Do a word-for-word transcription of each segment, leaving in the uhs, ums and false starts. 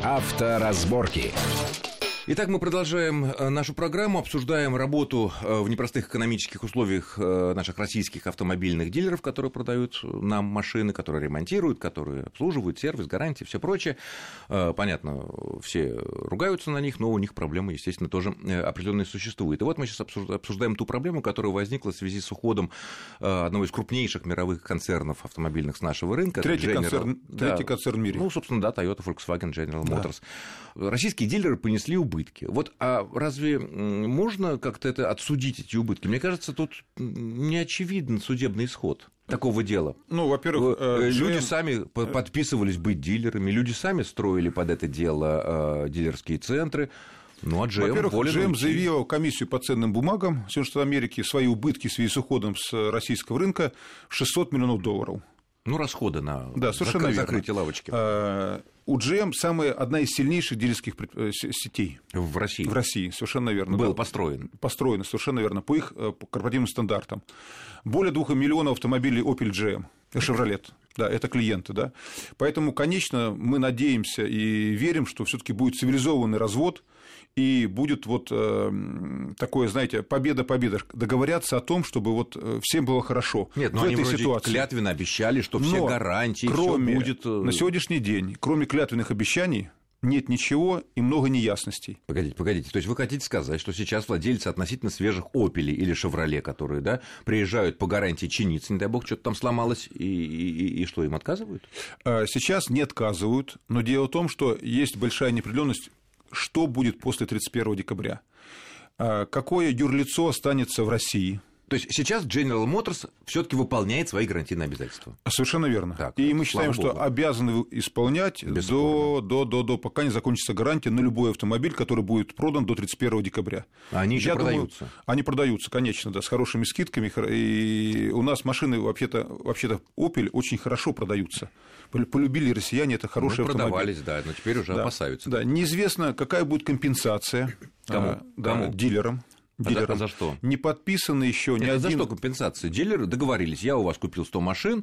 Авторазборки. Итак, мы продолжаем нашу программу, обсуждаем работу в непростых экономических условиях наших российских автомобильных дилеров, которые продают нам машины, которые ремонтируют, которые обслуживают, сервис, гарантии, все прочее. Понятно, все ругаются на них, но у них проблемы, естественно, тоже определенные существуют. И вот мы сейчас обсуждаем ту проблему, которая возникла в связи с уходом одного из крупнейших мировых концернов автомобильных с нашего рынка. Третий, General... концерн, да, третий концерн в мире. Ну, собственно, да, Toyota, Volkswagen, General Motors. Да. Российские дилеры понесли убытки. Вот, а разве можно как-то это отсудить, эти убытки? Мне кажется, тут не очевиден судебный исход такого дела. Ну, во-первых, люди джи эм... сами э... подписывались быть дилерами, люди сами строили под это дело э, дилерские центры. Ну, а джи эм, во-первых, джи эм заявила комиссию по ценным бумагам Соединенных Штатов Америки свои убытки в связи с уходом с российского рынка шестьсот миллионов долларов. Ну, расходы на да, зак... закрытие лавочки. А, у джи эм самая, одна из сильнейших дилерских сетей. В России. В России, совершенно верно. Был да. построен. Построен, совершенно верно, по их по корпоративным стандартам. Более двух миллионов автомобилей Opel джи эм, Chevrolet. Да, это клиенты, да. Поэтому, конечно, мы надеемся и верим, что все-таки будет цивилизованный развод, и будет вот э, такое, знаете, победа-победа, договорятся о том, чтобы вот всем было хорошо. Нет, но в они этой вроде ситуации. клятвенно обещали, что все но гарантии, кроме, всё будет... На сегодняшний день, кроме клятвенных обещаний, нет ничего и много неясностей. Погодите, погодите. То есть вы хотите сказать, что сейчас владельцы относительно свежих Opel или Chevrolet, которые, да, приезжают по гарантии чиниться, не дай бог, что-то там сломалось, и, и, и что, им отказывают? Сейчас не отказывают, но дело в том, что есть большая неопределенность, что будет после тридцать первого декабря. Какое юрлицо останется в России? То есть сейчас General Motors все-таки выполняет свои гарантийные обязательства. Совершенно верно. Так, и мы считаем, Богу. что обязаны исполнять до, до, до, до, пока не закончится гарантия на любой автомобиль, который будет продан до тридцать первого декабря. А они еще Я продаются? Думаю, они продаются, конечно, да, с хорошими скидками. И у нас машины, вообще-то, вообще-то Opel очень хорошо продаются. Полюбили россияне, это хорошие ну, автомобили. Продавались, да, но теперь уже да, опасаются. Да, неизвестно, какая будет компенсация Кому? А, да, Кому? дилерам. Дилерам. А за что? Не подписаны еще ни Нет, один... За что компенсация? Дилеры договорились, я у вас купил сто машин,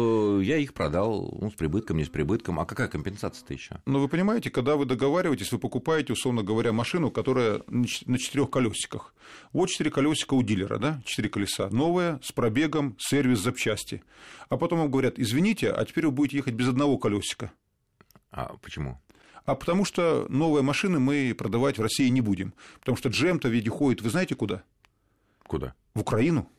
я их продал, ну, с прибытком, не с прибытком. А какая компенсация-то еще? Ну, вы понимаете, когда вы договариваетесь, вы покупаете, условно говоря, машину, которая на четырех колесиках. Вот четыре колесика у дилера, да, четыре колеса. Новая, с пробегом, сервис, запчасти. А потом вам говорят, извините, а теперь вы будете ехать без одного колесика. А почему? А потому что новые машины мы продавать в России не будем. Потому что джи эм-то ведь уходит, вы знаете куда? Куда? В Украину.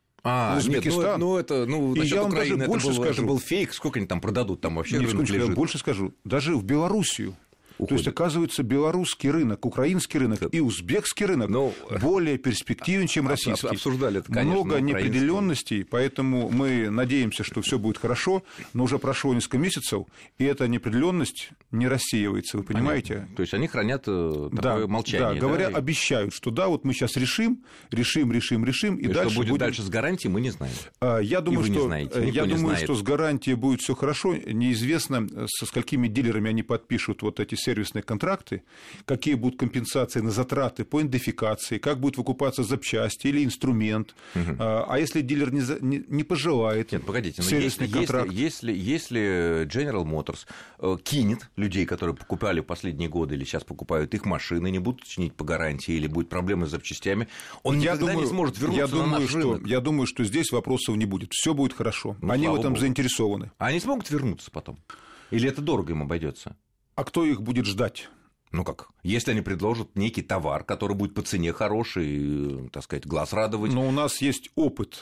А, в нет, ну, ну это, ну, и я вам Украины, даже больше это был, скажу. Это был фейк, сколько они там продадут, там вообще Нет, рынок лежит. Я больше скажу, даже в Белоруссию. Уходит. То есть, оказывается, белорусский рынок, украинский рынок и узбекский рынок Но... более перспективен, чем российский. Обсуждали это, конечно. Много неопределенностей, поэтому мы надеемся, что все будет хорошо, но уже прошло несколько месяцев, и эта неопределенность не рассеивается, вы понимаете? Понятно. То есть, они хранят такое да, молчание. Да, говоря, да? обещают, что да, вот мы сейчас решим, решим, решим, решим, и, и дальше что будет будем... дальше с гарантией, мы не знаем. Я думаю, и вы что, не знаете, я не думаю знает. что с гарантией будет все хорошо. Неизвестно, со сколькими дилерами они подпишут вот эти сервисные контракты, какие будут компенсации на затраты по идентификации, как будет выкупаться запчасти или инструмент. Угу. А если дилер не, за, не, не пожелает Нет, погодите, сервисный если, контракт... Если, если, если General Motors кинет людей, которые покупали в последние годы или сейчас покупают их машины, не будут чинить по гарантии или будет проблемы с запчастями, он я никогда думаю, не сможет вернуться я на думаю, наш что, рынок. Я думаю, что здесь вопросов не будет. Все будет хорошо. Ну, они в этом Богу. заинтересованы. А они смогут вернуться потом? Или это дорого им обойдется? А кто их будет ждать? Ну как? Если они предложат некий товар, который будет по цене хороший, так сказать, глаз радовать. Но у нас есть опыт.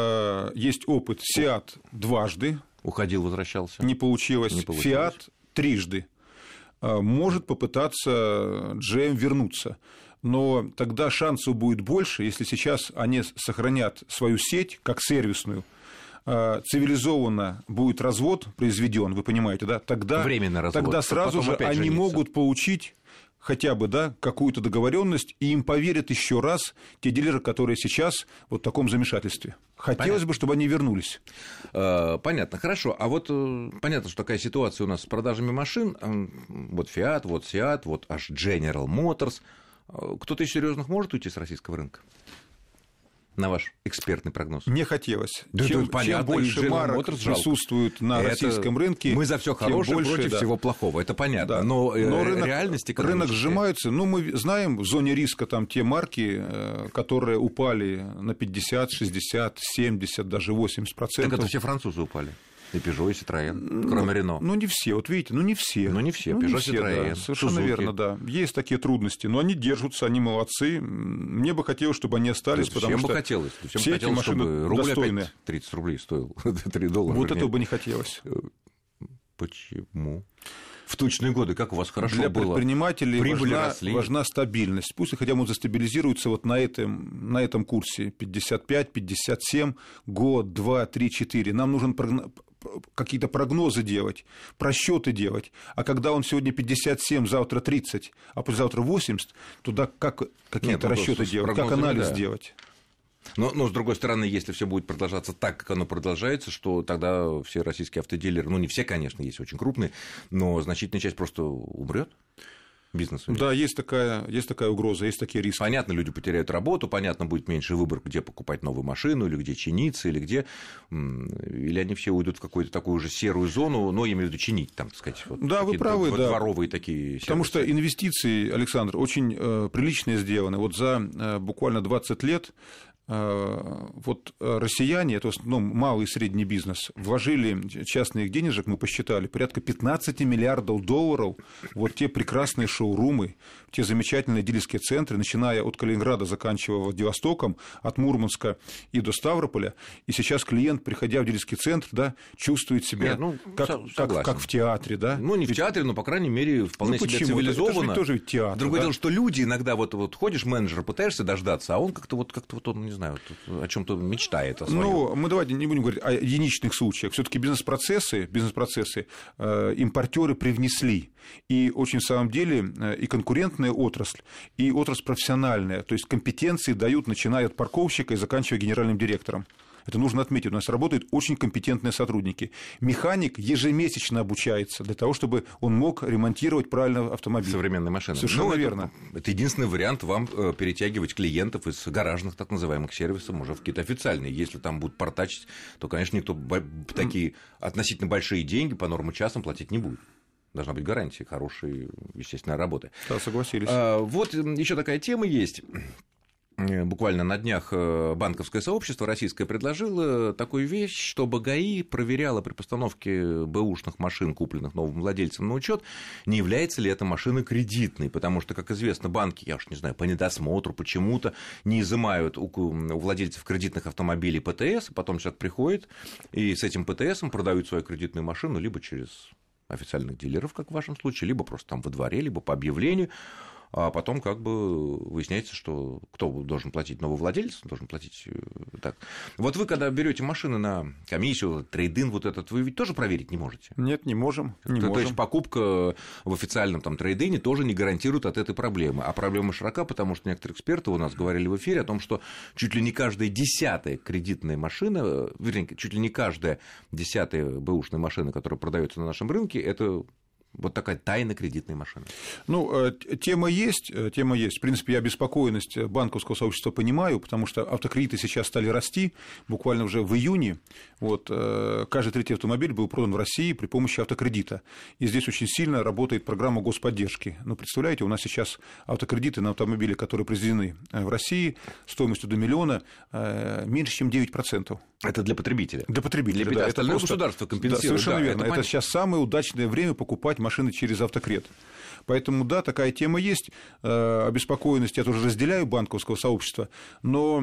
Есть опыт. Сиат дважды. Уходил, возвращался. Не получилось. Не получилось. Фиат трижды. Может попытаться джи эм вернуться. Но тогда шансов будет больше, если сейчас они сохранят свою сеть как сервисную. Цивилизованно будет развод произведен, вы понимаете, да? Тогда, Временный развод, тогда сразу же они жениться. Могут получить хотя бы, да, какую-то договоренность, и им поверят еще раз те дилеры, которые сейчас вот в таком замешательстве. Хотелось понятно. Бы, чтобы они вернулись. Понятно, хорошо. А вот понятно, что такая ситуация у нас с продажами машин. Вот Fiat, вот Seat, вот аж General Motors. Кто-то из серьезных может уйти с российского рынка? на ваш экспертный прогноз? Не хотелось. Да, чем, да, понятно, чем больше марок присутствует на это, российском рынке, мы за все хорошее больше, против да. всего плохого, это понятно. Да. Но, Но рынок, реальность рынок сжимается. Ну, мы знаем, в зоне риска там те марки, которые упали на пятьдесят, шестьдесят, семьдесят, даже восемьдесят процентов. Так это все французы упали. И Peugeot, и Citroёn, кроме Renault. Ну, не все, вот видите, ну, не все. Ну, не все, ну, Peugeot, Citroёn, да, совершенно Suzuki. Верно, да. Есть такие трудности, но они держатся, они молодцы. Мне бы хотелось, чтобы они остались, да, потому всем что бы хотелось. Всем все хотелось, эти машины чтобы рубль достойные. Опять тридцать рублей стоил, три доллара. Вот этого бы не хотелось. Почему? В тучные годы, как у вас хорошо Для было? Для предпринимателей важна, важна стабильность. Пусть хотя бы застабилизируется вот на этом, на этом курсе пятьдесят пять, пятьдесят семь, год, два, три, четыре. Нам нужен прогноз, какие-то прогнозы делать, просчеты делать. А когда он сегодня пятьдесят семь, завтра тридцать, а послезавтра восемьдесят, туда как какие-то расчеты делать, как анализ да. делать? Но, но, с другой стороны, если все будет продолжаться так, как оно продолжается, что тогда все российские автодилеры, ну, не все, конечно, есть очень крупные, но значительная часть просто умрет. Бизнес. Да, есть такая, есть такая угроза, есть такие риски. Понятно, люди потеряют работу, понятно, будет меньше выбор, где покупать новую машину, или где чиниться, или где. Или они все уйдут в какую-то такую уже серую зону, но я имею в виду чинить, там, так сказать. Вот да, вы правы, да. Дворовые такие. Потому сервисы. Что инвестиции, Александр, очень э, приличные сделаны. Вот за э, буквально двадцать лет вот россияне, это в основном малый и средний бизнес, вложили частных денежек, мы посчитали, порядка пятнадцать миллиардов долларов вот те прекрасные шоурумы, те замечательные дилерские центры, начиная от Калининграда, заканчивая Владивостоком, от Мурманска и до Ставрополя. И сейчас клиент, приходя в дилерский центр, да, чувствует себя Нет, ну, как, как, как в театре. Да? Ну, не в театре, но, по крайней мере, вполне ну, себе цивилизованно. Это же тоже театр. Другое да? дело, что люди иногда, вот, вот ходишь, менеджер, пытаешься дождаться, а он как-то вот, как-то вот он, не знаю, о чем-то мечтает. О своем. Ну, мы давайте не будем говорить о единичных случаях. Все-таки бизнес-процессы, бизнес-процессы э, импортеры привнесли. И очень в самом деле э, и конкурентная отрасль, и отрасль профессиональная. То есть компетенции дают, начиная от парковщика и заканчивая генеральным директором. Это нужно отметить. У нас работают очень компетентные сотрудники. Механик ежемесячно обучается для того, чтобы он мог ремонтировать правильно автомобиль. Современные машины. Совершенно ну, верно. Это, это единственный вариант вам перетягивать клиентов из гаражных так называемых сервисов уже в какие-то официальные. Если там будут портачить, то, конечно, никто такие относительно большие деньги по нормам часам платить не будет. Должна быть гарантия хорошей, естественно, работы. Да, согласились. А, вот еще такая тема есть. Буквально на днях банковское сообщество российское предложило такую вещь, чтобы ГАИ проверяла при постановке бэушных машин, купленных новым владельцем на учет, не является ли эта машина кредитной, потому что, как известно, банки, я уж не знаю, по недосмотру почему-то не изымают у владельцев кредитных автомобилей ПТС, потом человек приходит и с этим ПТСом продают свою кредитную машину либо через официальных дилеров, как в вашем случае, либо просто там во дворе, либо по объявлению. А потом как бы выясняется, что кто должен платить, новый владелец должен платить так. Вот вы, когда берете машины на комиссию, трейд-ин вот этот, вы ведь тоже проверить не можете? Нет, не можем. Не то, можем. то есть покупка в официальном там трейд-ине тоже не гарантирует от этой проблемы. А проблема широка, потому что некоторые эксперты у нас говорили в эфире о том, что чуть ли не каждая десятая кредитная машина, вернее, чуть ли не каждая десятая бэушная машина, которая продается на нашем рынке, это вот такая тайна кредитной машины. Ну, тема есть, тема есть. В принципе, я беспокойность банковского сообщества понимаю, потому что автокредиты сейчас стали расти. Буквально уже в июне вот, каждый третий автомобиль был продан в России при помощи автокредита. И здесь очень сильно работает программа господдержки. Ну, представляете, у нас сейчас автокредиты на автомобили, которые произведены в России, стоимостью до миллиона, меньше, чем девять процентов. Это для потребителя. Для потребителя, для да. Остальное это просто... государство компенсирует. Да, совершенно да, верно. Это, это сейчас самое удачное время покупать машины через автокред. Поэтому, да, такая тема есть. Обеспокоенность я тоже разделяю банковского сообщества, но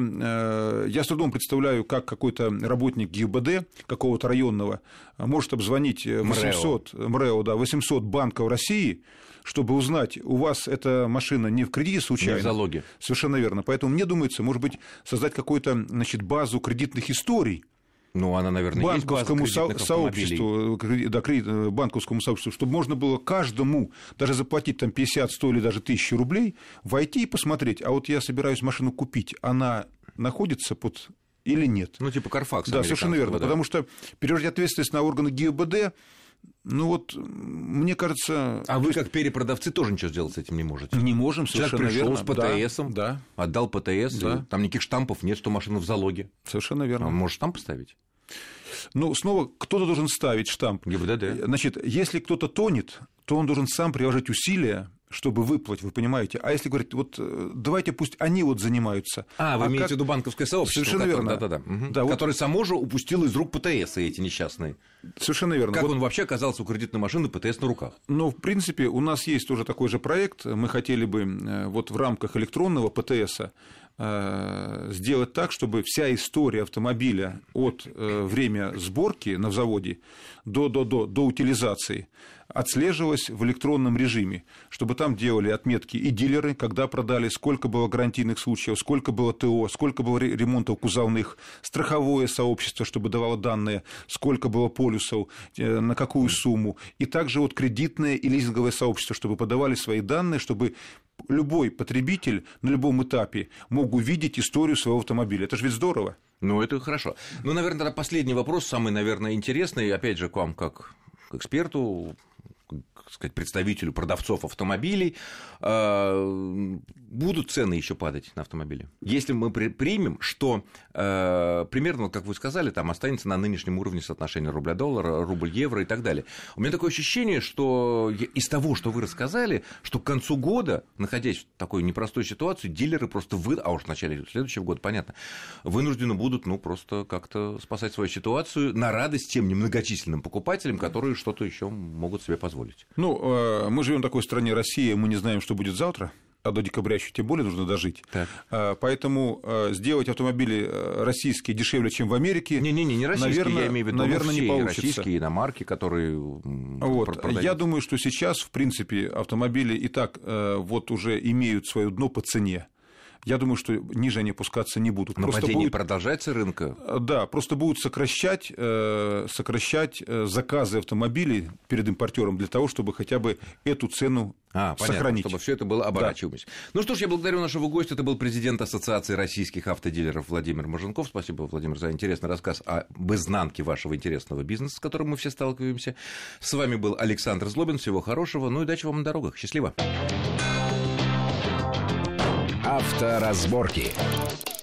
я с трудом представляю, как какой-то работник ГИБДД какого-то районного может обзвонить восемьсот, МРЭО, да, восемьсот банков России, чтобы узнать, у вас эта машина не в кредите случайно. Не в залоге. Совершенно верно. Поэтому мне думается, может быть, создать какую-то, значит, базу кредитных историй. Ну, она, наверное, банковскому есть база сообществу, да, банковскому сообществу, чтобы можно было каждому даже заплатить там пятьдесят, сто или даже тысячу рублей, войти и посмотреть, а вот я собираюсь машину купить, она находится под или нет. Ну, типа Карфакс. Да, совершенно верно, да. Потому что переводить ответственность на органы ГИБДД, Ну вот, мне кажется... А вы, как перепродавцы, тоже ничего сделать с этим не можете? Не можем, совершенно верно. Человек пришел с ПТСом, да, да. отдал ПТС, да. там никаких штампов нет, что машина в залоге. Совершенно верно. Он может штамп поставить? Ну, снова, кто-то должен ставить штамп. ГИБДД. Значит, если кто-то тонет, то он должен сам приложить усилия, чтобы выплыть, вы понимаете. А если говорить, вот давайте пусть они вот занимаются. А, вы а имеете как... в виду банковское сообщество? Совершенно которое, верно. Да-да-да. Угу. Да, которое вот... само же упустило из рук ПТС эти несчастные. Совершенно верно. Как вот... он вообще оказался у кредитной машины ПТС на руках? Ну, в принципе, у нас есть тоже такой же проект. Мы хотели бы вот в рамках электронного ПТСа сделать так, чтобы вся история автомобиля от времени сборки на заводе до, до, до, до утилизации отслеживалась в электронном режиме, чтобы там делали отметки и дилеры, когда продали, сколько было гарантийных случаев, сколько было ТО, сколько было ремонтов кузовных, страховое сообщество, чтобы давало данные, сколько было полюсов, на какую сумму, и также вот кредитное и лизинговое сообщество, чтобы подавали свои данные, чтобы любой потребитель на любом этапе мог увидеть историю своего автомобиля. Это же ведь здорово. Ну, это хорошо. Ну, наверное, тогда последний вопрос, самый, наверное, интересный, опять же, к вам как к эксперту, так сказать, представителю продавцов автомобилей. Будут цены еще падать на автомобили? Если мы примем, что примерно, как вы сказали, там останется на нынешнем уровне соотношения рубля-доллара, рубль-евро и так далее. У меня такое ощущение, что из того, что вы рассказали, что к концу года, находясь в такой непростой ситуации, дилеры просто вы, а уж в начале следующего года, понятно, вынуждены будут, ну, просто как-то спасать свою ситуацию на радость тем немногочисленным покупателям, которые что-то еще могут себе позволить. Ну, мы живем в такой стране Россия, мы не знаем, что будет завтра, а до декабря еще тем более нужно дожить. Так. Поэтому сделать автомобили российские дешевле, чем в Америке, Не-не-не, не российские, наверное, я имею в виду, наверное, все не получится. Российские иномарки, которые вот. Я думаю, что сейчас, в принципе, автомобили и так вот уже имеют свое дно по цене. Я думаю, что ниже они опускаться не будут. Но просто падение будет... продолжается рынка? Да, просто будут сокращать, сокращать заказы автомобилей перед импортером для того, чтобы хотя бы эту цену а, сохранить. Понятно, чтобы все это было оборачиваемость. Да. Ну что ж, я благодарю нашего гостя. Это был президент Ассоциации российских автодилеров Владимир Маженков. Спасибо, Владимир, за интересный рассказ об изнанке вашего интересного бизнеса, с которым мы все сталкиваемся. С вами был Александр Злобин. Всего хорошего. Ну и удачи вам на дорогах. Счастливо. Авторазборки.